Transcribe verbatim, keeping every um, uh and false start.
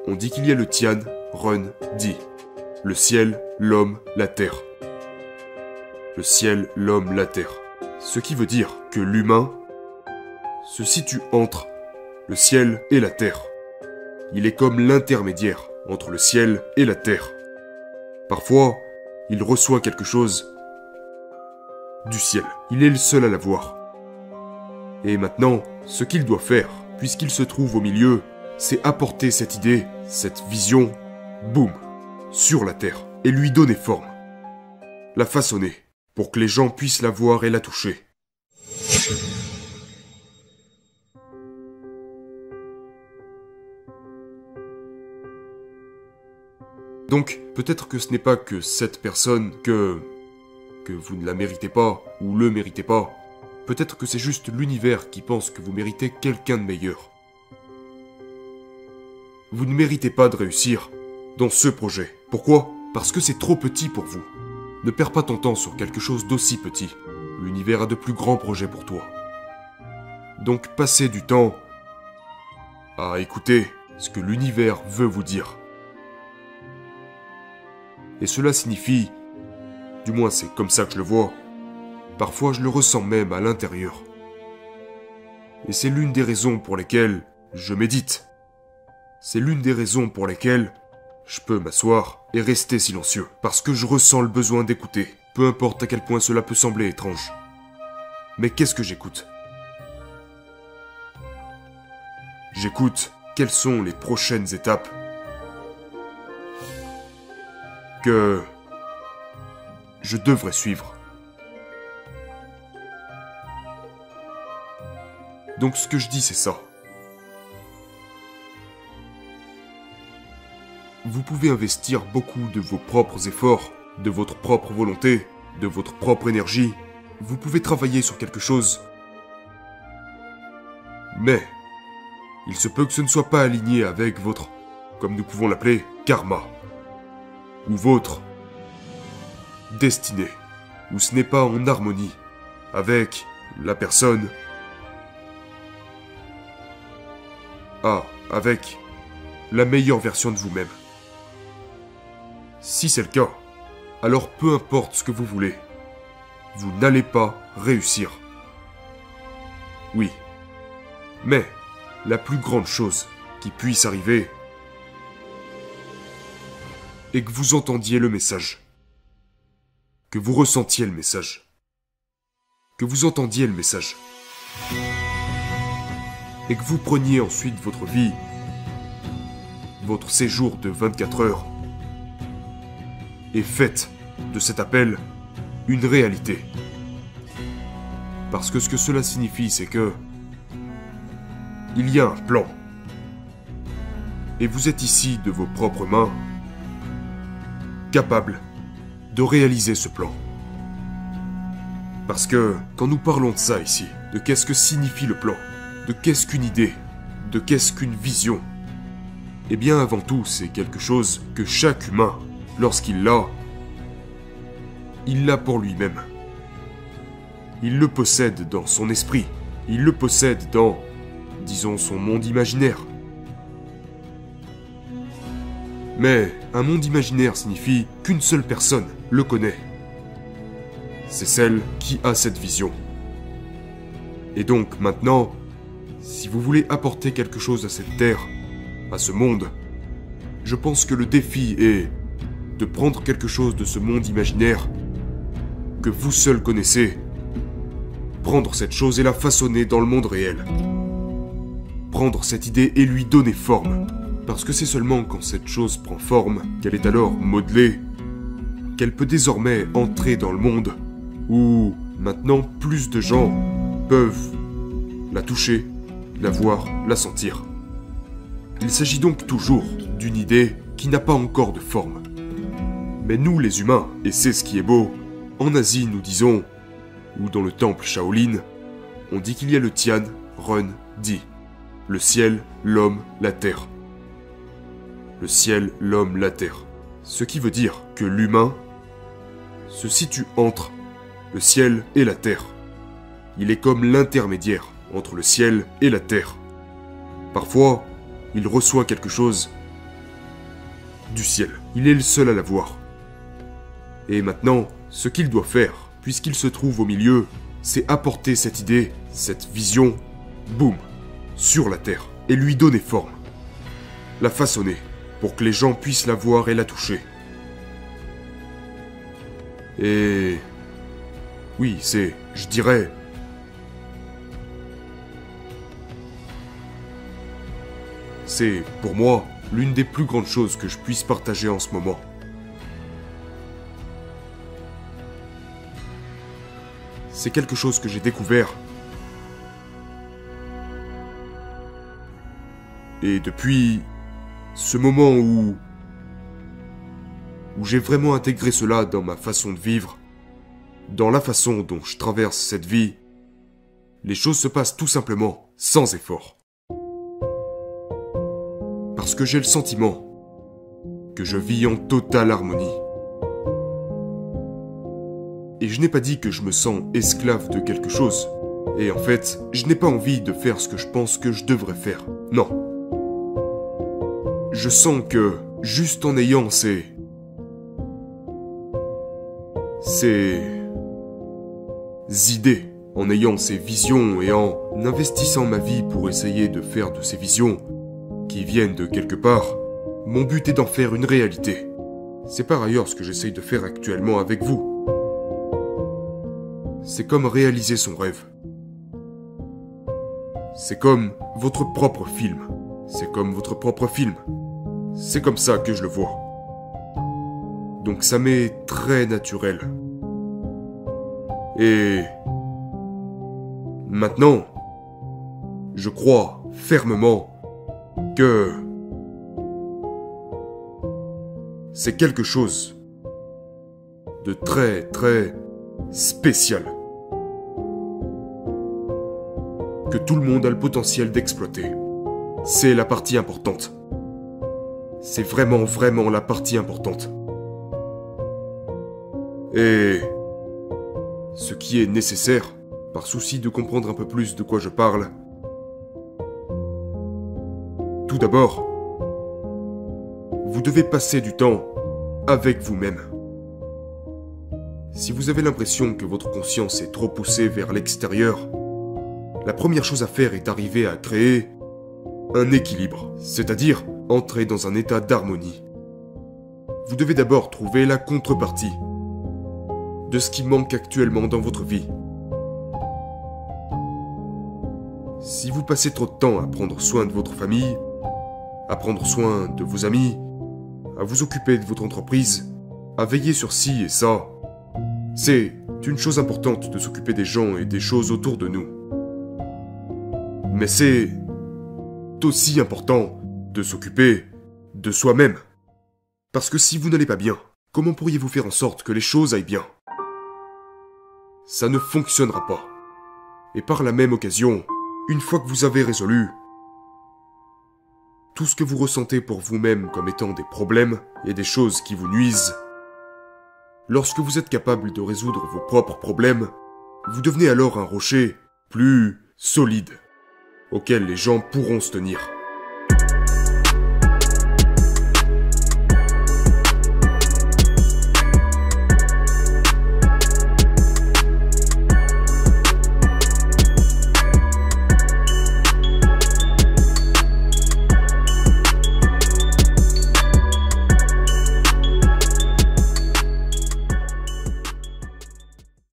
On dit qu'il y a le Tian, Run, Di. Le ciel, l'homme, la terre. Le ciel, l'homme, la terre. Ce qui veut dire que l'humain se situe entre le ciel et la terre. Il est comme l'intermédiaire entre le ciel et la terre. Parfois, il reçoit quelque chose du ciel. Il est le seul à l'avoir. Et maintenant, ce qu'il doit faire, puisqu'il se trouve au milieu, c'est apporter cette idée, cette vision, boum, sur la terre, et lui donner forme. La façonner, pour que les gens puissent la voir et la toucher. Donc, peut-être que ce n'est pas que cette personne, que... que vous ne la méritez pas, ou le méritez pas. Peut-être que c'est juste l'univers qui pense que vous méritez quelqu'un de meilleur. Vous ne méritez pas de réussir dans ce projet. Pourquoi ? Parce que c'est trop petit pour vous. Ne perds pas ton temps sur quelque chose d'aussi petit. L'univers a de plus grands projets pour toi. Donc passez du temps à écouter ce que l'univers veut vous dire. Et cela signifie, du moins c'est comme ça que je le vois, parfois je le ressens même à l'intérieur. Et c'est l'une des raisons pour lesquelles je médite. C'est l'une des raisons pour lesquelles je peux m'asseoir et rester silencieux. Parce que je ressens le besoin d'écouter, peu importe à quel point cela peut sembler étrange. Mais qu'est-ce que j'écoute ? J'écoute quelles sont les prochaines étapes que je devrais suivre. Donc ce que je dis, c'est ça. Vous pouvez investir beaucoup de vos propres efforts, de votre propre volonté, de votre propre énergie. Vous pouvez travailler sur quelque chose. Mais, il se peut que ce ne soit pas aligné avec votre, comme nous pouvons l'appeler, karma. Ou votre destinée. Ou ce n'est pas en harmonie avec la personne. Ah, avec la meilleure version de vous-même. Si c'est le cas, alors peu importe ce que vous voulez, vous n'allez pas réussir. Oui, mais la plus grande chose qui puisse arriver est que vous entendiez le message, que vous ressentiez le message, que vous entendiez le message, et que vous preniez ensuite votre vie, votre séjour de vingt-quatre heures, et faites de cet appel une réalité. Parce que ce que cela signifie, c'est que il y a un plan. Et vous êtes ici de vos propres mains, capable de réaliser ce plan. Parce que quand nous parlons de ça ici, de qu'est-ce que signifie le plan, de qu'est-ce qu'une idée, de qu'est-ce qu'une vision, eh bien avant tout c'est quelque chose que chaque humain, lorsqu'il l'a, il l'a pour lui-même. Il le possède dans son esprit, il le possède dans, disons, son monde imaginaire. Mais un monde imaginaire signifie qu'une seule personne le connaît. C'est celle qui a cette vision. Et donc maintenant, si vous voulez apporter quelque chose à cette terre, à ce monde, je pense que le défi est de prendre quelque chose de ce monde imaginaire que vous seul connaissez, prendre cette chose et la façonner dans le monde réel. Prendre cette idée et lui donner forme. Parce que c'est seulement quand cette chose prend forme, qu'elle est alors modelée, qu'elle peut désormais entrer dans le monde, où maintenant plus de gens peuvent la toucher, la voir, la sentir. Il s'agit donc toujours d'une idée qui n'a pas encore de forme. Mais nous les humains, et c'est ce qui est beau, en Asie nous disons, ou dans le temple Shaolin, on dit qu'il y a le Tian, Run, Di. Le ciel, l'homme, la terre. Le ciel, l'homme, la terre. Ce qui veut dire que l'humain se situe entre le ciel et la terre. Il est comme l'intermédiaire entre le ciel et la terre. Parfois, il reçoit quelque chose du ciel. Il est le seul à la voir. Et maintenant, ce qu'il doit faire, puisqu'il se trouve au milieu, c'est apporter cette idée, cette vision, boum, sur la terre, et lui donner forme. La façonner, pour que les gens puissent la voir et la toucher. Et... oui, c'est, je dirais... c'est, pour moi, l'une des plus grandes choses que je puisse partager en ce moment. C'est quelque chose que j'ai découvert. Et depuis ce moment où... où j'ai vraiment intégré cela dans ma façon de vivre, dans la façon dont je traverse cette vie, les choses se passent tout simplement sans effort. Parce que j'ai le sentiment que je vis en totale harmonie. Et je n'ai pas dit que je me sens esclave de quelque chose. Et en fait, je n'ai pas envie de faire ce que je pense que je devrais faire. Non. Je sens que, juste en ayant ces... ces... idées, en ayant ces visions et en investissant ma vie pour essayer de faire de ces visions, qui viennent de quelque part, mon but est d'en faire une réalité. C'est par ailleurs ce que j'essaye de faire actuellement avec vous. C'est comme réaliser son rêve. C'est comme votre propre film. C'est comme votre propre film. C'est comme ça que je le vois. Donc ça m'est très naturel. Et... maintenant, je crois fermement que... c'est quelque chose de très très spécial. Que tout le monde a le potentiel d'exploiter. C'est la partie importante. C'est vraiment vraiment la partie importante. Et... ce qui est nécessaire, par souci de comprendre un peu plus de quoi je parle, tout d'abord, vous devez passer du temps avec vous-même. Si vous avez l'impression que votre conscience est trop poussée vers l'extérieur, la première chose à faire est d'arriver à créer un équilibre, c'est-à-dire entrer dans un état d'harmonie. Vous devez d'abord trouver la contrepartie de ce qui manque actuellement dans votre vie. Si vous passez trop de temps à prendre soin de votre famille, à prendre soin de vos amis, à vous occuper de votre entreprise, à veiller sur ci et ça, c'est une chose importante de s'occuper des gens et des choses autour de nous. Mais c'est aussi important de s'occuper de soi-même. Parce que si vous n'allez pas bien, comment pourriez-vous faire en sorte que les choses aillent bien ? Ça ne fonctionnera pas. Et par la même occasion, une fois que vous avez résolu tout ce que vous ressentez pour vous-même comme étant des problèmes et des choses qui vous nuisent, lorsque vous êtes capable de résoudre vos propres problèmes, vous devenez alors un rocher plus solide, auquel les gens pourront se tenir.